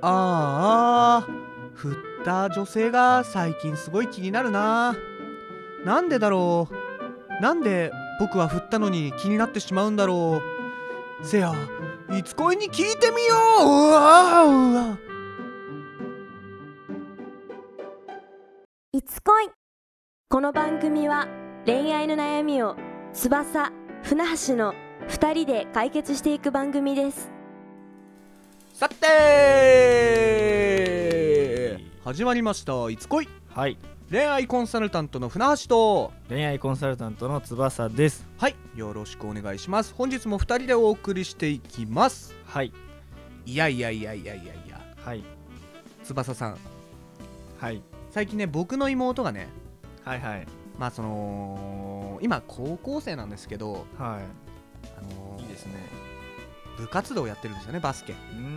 振った女性が最近すごい気になるな。なんでだろう。なんで僕は振ったのに気になってしまうんだろう。せや、いつ恋に聞いてみよう。うわうわ。 いつ恋。この番組は恋愛の悩みを翼、船橋の2人で解決していく番組です。 さて始まりましたいつ恋。 はい、 恋愛コンサルタントの船橋と恋愛コンサルタントの翼です。 はい、よろしくお願いします。本日も2人でお送りしていきます。 はい、 いや、 はい、 翼さん、 はい、 最近ね、僕の妹がね、 はい、はい、 まあ今高校生なんですけど、 はい、いいですね。 部活動やってるんですよね、バスケ。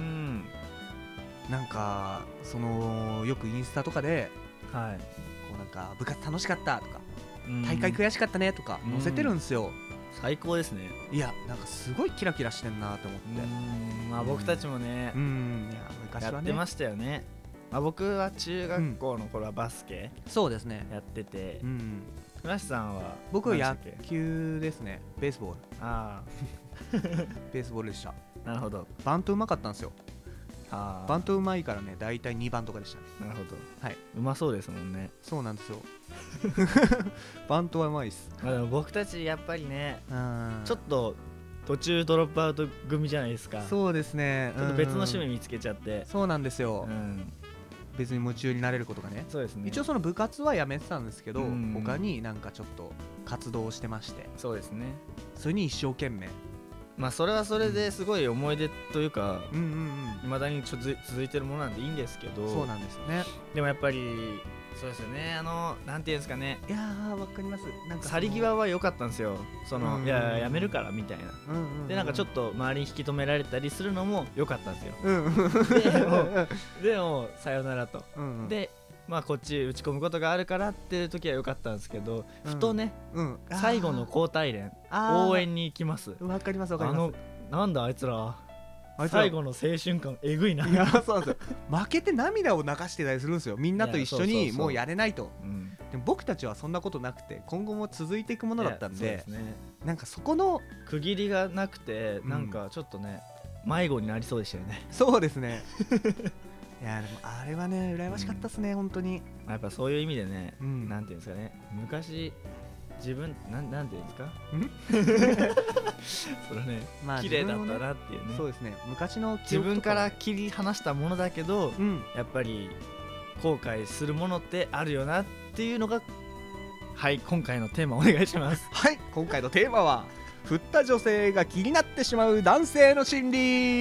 なんかよくインスタとかで、 はい、 こうなんか部活楽しかったとか、 うん大会悔しかったねとか載せてるんですよ。 最高ですね。 いや、なんかすごいキラキラしてんなと思って。 まあ僕たちもね、 いや昔はねやってましたよね。まあ僕は中学校の頃はバスケそうですね。 やってて、 船橋さんは僕は野何でしたっけ？ 球ですね。ベースボール。 あベースボールでした。 あ、なるほど。 バントうまかったんですよ。 あバントうまいからね、だいたい2番とかでしたね。 なるほど。 はい、 うまそうですもんね。 そうなんですよ。バントはうまいっす。 まあでも僕たちやっぱりね、ちょっとと途中ドロップアウト組じゃないですか。 そうですね。 ちょっと別の趣味見つけちゃって、 そうなんですよ、 うん別に夢中になれることがね。 そうですね。 一応その部活はやめてたんですけど、 うん他になんかちょっと活動をしてまして、 そうですね。 それに一生懸命。 まあそれはそれですごい思い出というか、 未未だに続いてるものなんでいいんですけど、 そうなんですよね。 でもやっぱりそうですよね。なんていうんですかね、 いやー、わかります。なんか去り際は良かったんですよ。 うんいややめるからみたいな。でなんかちょっとと周りに引き止められたりするのも良かったんですよ。でもさよならと。でまあこっち打ち込むことがあるからっていう時は良かったんですけど、ふとね、最後の交代連応援に行きます。 わかりますわかります。 なんだあいつら最後の青春感えぐいな。 いや、そうなんですよ。負けて涙を流してたりするんですよ。みんなと一緒にもうやれないと。でも僕たちはそんなことなくて、今後も続いていくものだったんで、なんかそこの区切りがなくて、なんかちょっとね迷子になりそうでしたよね。 そうですね。いや、でもあれはね、羨ましかったですね、本当に。 やっぱそういう意味でね、 うんなんていうんですかね、昔自分なんていうんですかそれね、 まあ綺麗だったなっていうね。 そうですね。昔の記自憶と分から切り離したものだけど、 ややっぱり後悔するものってあるよなっていうのが、はい、今回のテーマお願いします。 はい、今回のテーマは振った女性が気になってしまう男性の心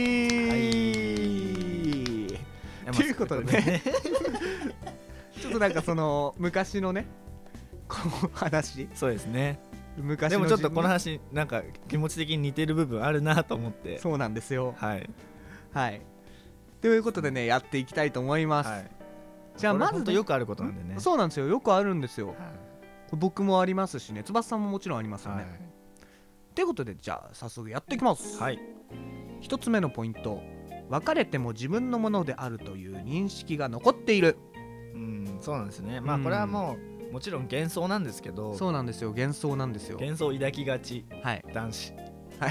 理。ということでねちょっとなんかその昔のね、この話、 そうですね。 昔のでもちょっとこの話なんか気持ち的に似てる部分あるなと思って。 そうなんですよ。 はいはい。ということでね、やっていきたいと思います。 はい。 じゃあまずね、 よくあることなんでね。 そうなんですよ。よくあるんですよ。 はい僕もありますしね、翼さんももちろんありますよね。 はいということで、じゃあ早速やっていきます。 はい。 一つ目のポイント、別れても自分のものであるという認識が残っている。 そうなんですね。まあこれはもちろん幻想なんですけど、 そうなんですよ。幻想なんですよ。 幻想抱きがちはい男子。 はい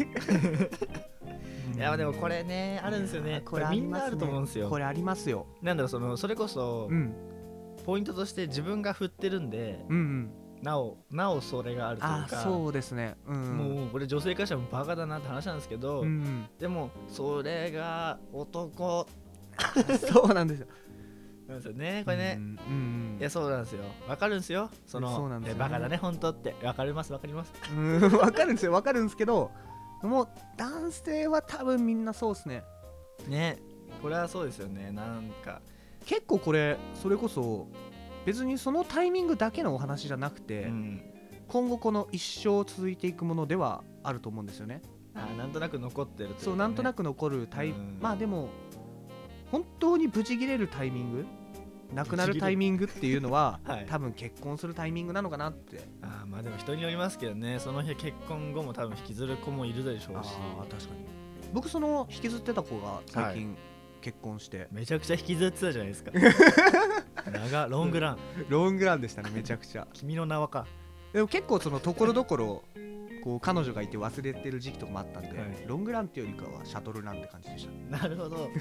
いやでもこれねあるんですよね。これみんなあると思うんですよ。 これありますよ。 なんだろう、それこそポイントとして自分が振ってるんで、なおそれがあるというか。 そうですね。 もうこれ女性からしたらバカだなって話なんですけど、でもそれが男そうなんですよ。 なんですよね、これね。いやそうなんですよ。わかるんですよ。 そうなんですよね。 バカだね本当ってわかります。 わかるんですよ。わかるんですけど、もう男性は多分みんなそうですね。 ね、これはそうですよね。なんか結構これそれこそ別にそのタイミングだけのお話じゃなくて、今後この一生続いていくものではあると思うんですよね。 なんとなく残ってるというかね。 そう、なんとなく残るまあでも本当にブチ切れるタイミング、亡くなるタイミングっていうのは、多分結婚するタイミングなのかなって。 まあでも人によりますけどね。その日結婚後も多分引きずる子もいるでしょうし。 確かに僕その引きずってた子が最近、 結婚して。 めちゃくちゃ引きずってたじゃないですかロングランロングランでしたね、めちゃくちゃ君の名はか。 でも結構そのところどころこう彼女がいて忘れてる時期とかもあったんで、 はい、 ロングランっていうよりかはシャトルランって感じでした。 なるほど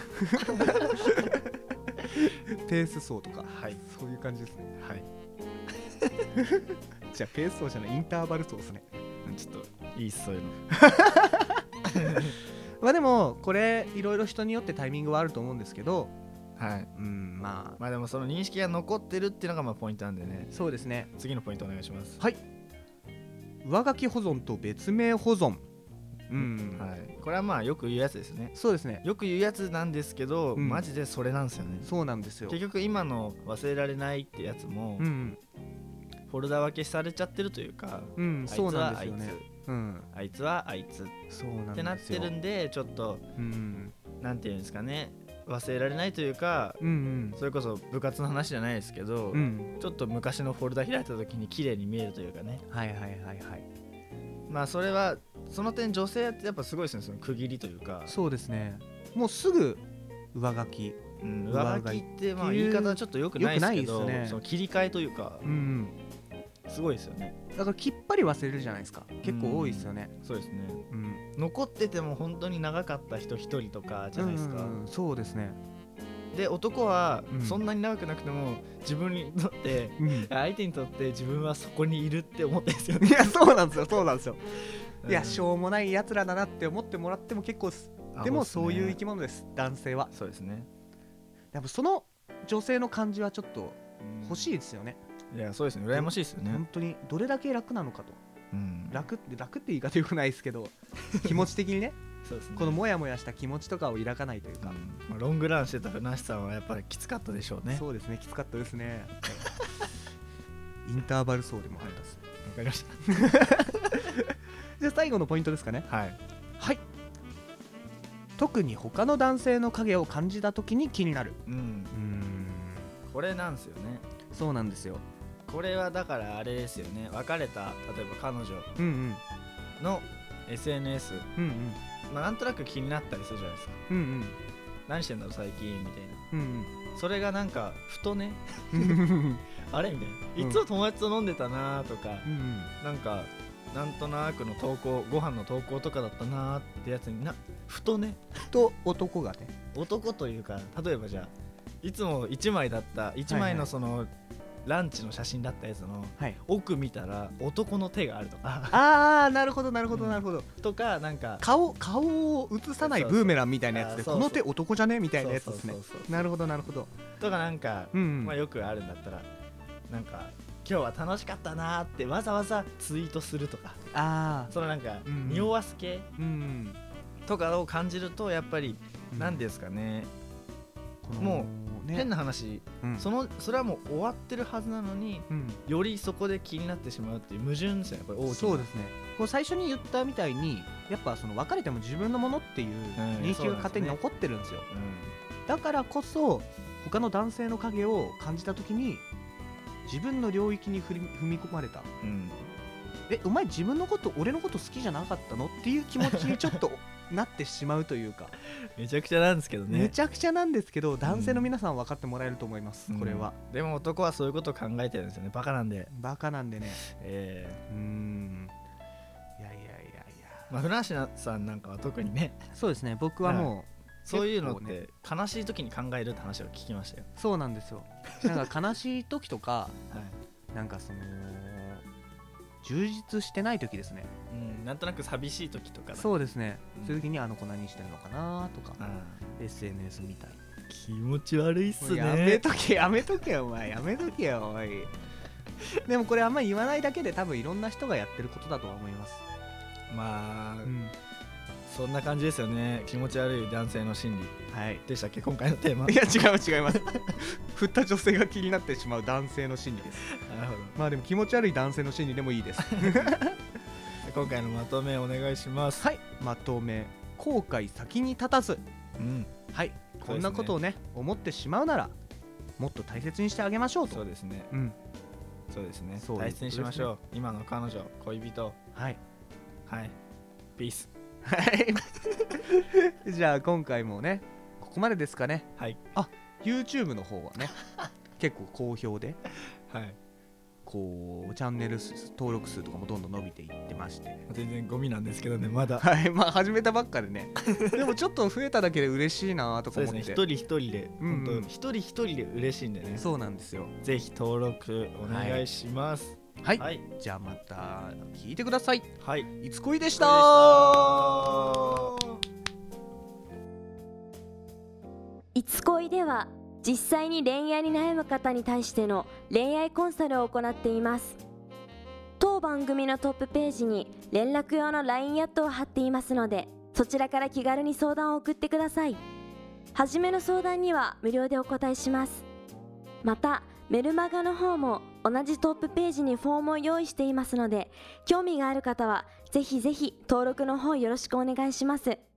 ペース走とか、 はい、 そういう感じですね。 はいじゃあペース走じゃないインターバル走ですね。 ちょっといいっすそういうのまあでもこれいろいろ人によってタイミングはあると思うんですけど、 はい、 まあでもその認識が残ってるっていうのがまあポイントなんでね。 そうですね。 次のポイントお願いします。 はい。上書き保存と別名保存。 はい、これはまあよく言うやつですね。 そうですね。 よく言うやつなんですけど、マジでそれなんですよね。 そうなんですよ。 結局今の忘れられないってやつも、フォルダ分けされちゃってるというか、 そうなんですよね。 あいつはあいつってなってるんで、ちょっと、なんていうんですかね、忘れられないというか、それこそ部活の話じゃないですけど、ちょっと昔のフォルダ開いた時に綺麗に見えるというかね。まあそれはその点女性ってやっぱすごいですね、その区切りというか。そうですね。 もうすぐ上書き、 上書きってまあ言い方はちょっと良くないですけど、その切り替えというか、すごいですよね。 だからきっぱり忘れるじゃないですか。結構多いですよね。 そうですね。残ってても本当に長かった人一人とかじゃないですか。 そうですね。 で男はそんなに長くなくても自分にとって、相手にとって自分はそこにいるって思ってるんですよね。 いやそうなんですよ、そうなんですよ。いやしょうもないやつらだなって思ってもらっても結構です。でもそういう生き物です、男性は。 そうですね。 やっぱその女性の感じはちょっと欲しいですよね。 いやそうですね、羨ましいですよね。 本当にどれだけ楽なのかと。楽って言い方よくないですけど、気持ち的にね。そうですね、このモヤモヤした気持ちとかを抱かないというか、 ロングランしてたふなしさんはやっぱりきつかったでしょうね。 そうですね、きつかったですねインターバル走でもあったです。 わかりましたじゃあ最後のポイントですかね。 はい、 はい、特に他の男性の影を感じた時に気になる。 これなんですよね。 そうなんですよ。 これはだからあれですよね、別れた例えば彼女の SNS、まあ、なんとなく気になったりするじゃないですか。何してんだろう最近みたいな、それがなんかふとねあれみたいな、いつも友達と飲んでたなとか、なんかなんとなくの投稿、ご飯の投稿とかだったなってやつにふとね、 男がね、 男というか、例えばじゃあいつも1枚だった1枚のそのランチの写真だったやつの奥見たら男の手があるとか、 ああなるほどなるほどなるほど、 とか、なんか顔を映さないブーメランみたいなやつで、この手男じゃねみたいなやつですね。なるほどなるほど。 とかなんかまあよくあるんだったら、なんか今日は楽しかったなーってわざわざツイートするとか、そのなんか匂わす系とかを感じると、やっぱり何ですかね、もう変な話、それはもう終わってるはずなのに、よりそこで気になってしまうっていう矛盾ですよね、これ大きな。そうですね。こう最初に言ったみたいに、やっぱその別れても自分のものっていう認識が勝手に残ってるんですよ。だからこそ他の男性の影を感じた時に、自分の領域に踏み込まれた、お前自分のこと、俺のこと好きじゃなかったのっていう気持ちにちょっとなってしまうというかめちゃくちゃなんですけどね。 めちゃくちゃなんですけど、男性の皆さんは分かってもらえると思います、これは。 でも男はそういうことを考えてるんですよね。バカなんでね。いやいやいや、まあ船橋さんなんかは特にね。 そうですね、僕はもうそういうのって悲しい時に考えるって話を聞きましたよ。 そうなんですよ。なんか悲しい時とかなんかその充実してない時ですね。 なんとなく寂しい時とか。 そうですね、そういう時にあの子何してるのかなとか、SNS 見たり。 気持ち悪いっすね。 やめとけお前、やめとけよおいでもこれあんまり言わないだけで、多分いろんな人がやってることだとは思います。 まあ、そんな感じですよね。気持ち悪い男性の心理、でしたっけ、今回のテーマ。 いや違います振った女性が気になってしまう男性の心理です。 なるほど。 まあでも気持ち悪い男性の心理でもいいです今回のまとめお願いします。 はい、まとめ、後悔先に立たず。はい、こんなことをね思ってしまうなら、もっと大切にしてあげましょうと。 そうですね、そうですね、大切にしましょう。今の彼女、恋人、ピース。 はいじゃあ今回もねここまでですかね。 はい。 YouTube の方はね結構好評で、 はい。 こうチャンネル登録数とかもどんどん伸びていってまして、 全然ゴミなんですけどね、まだ。 はい、まあ始めたばっかでねでもちょっと増えただけで嬉しいなとか思って。 そうですね、一人一人で、本当一人一人で嬉しいんでね。 そうなんですよ。 ぜひ登録お願いします。 はい、はい、じゃあまた聞いてください。 はい、 いつこいでした。 いつ恋では実際に恋愛に悩む方に対しての恋愛コンサルを行っています。当番組のトップページに連絡用の LINE アットを貼っていますので、そちらから気軽に相談を送ってください。はじめの相談には無料でお答えします。またメルマガの方も同じトップページにフォームを用意していますので、興味がある方はぜひぜひ登録の方よろしくお願いします。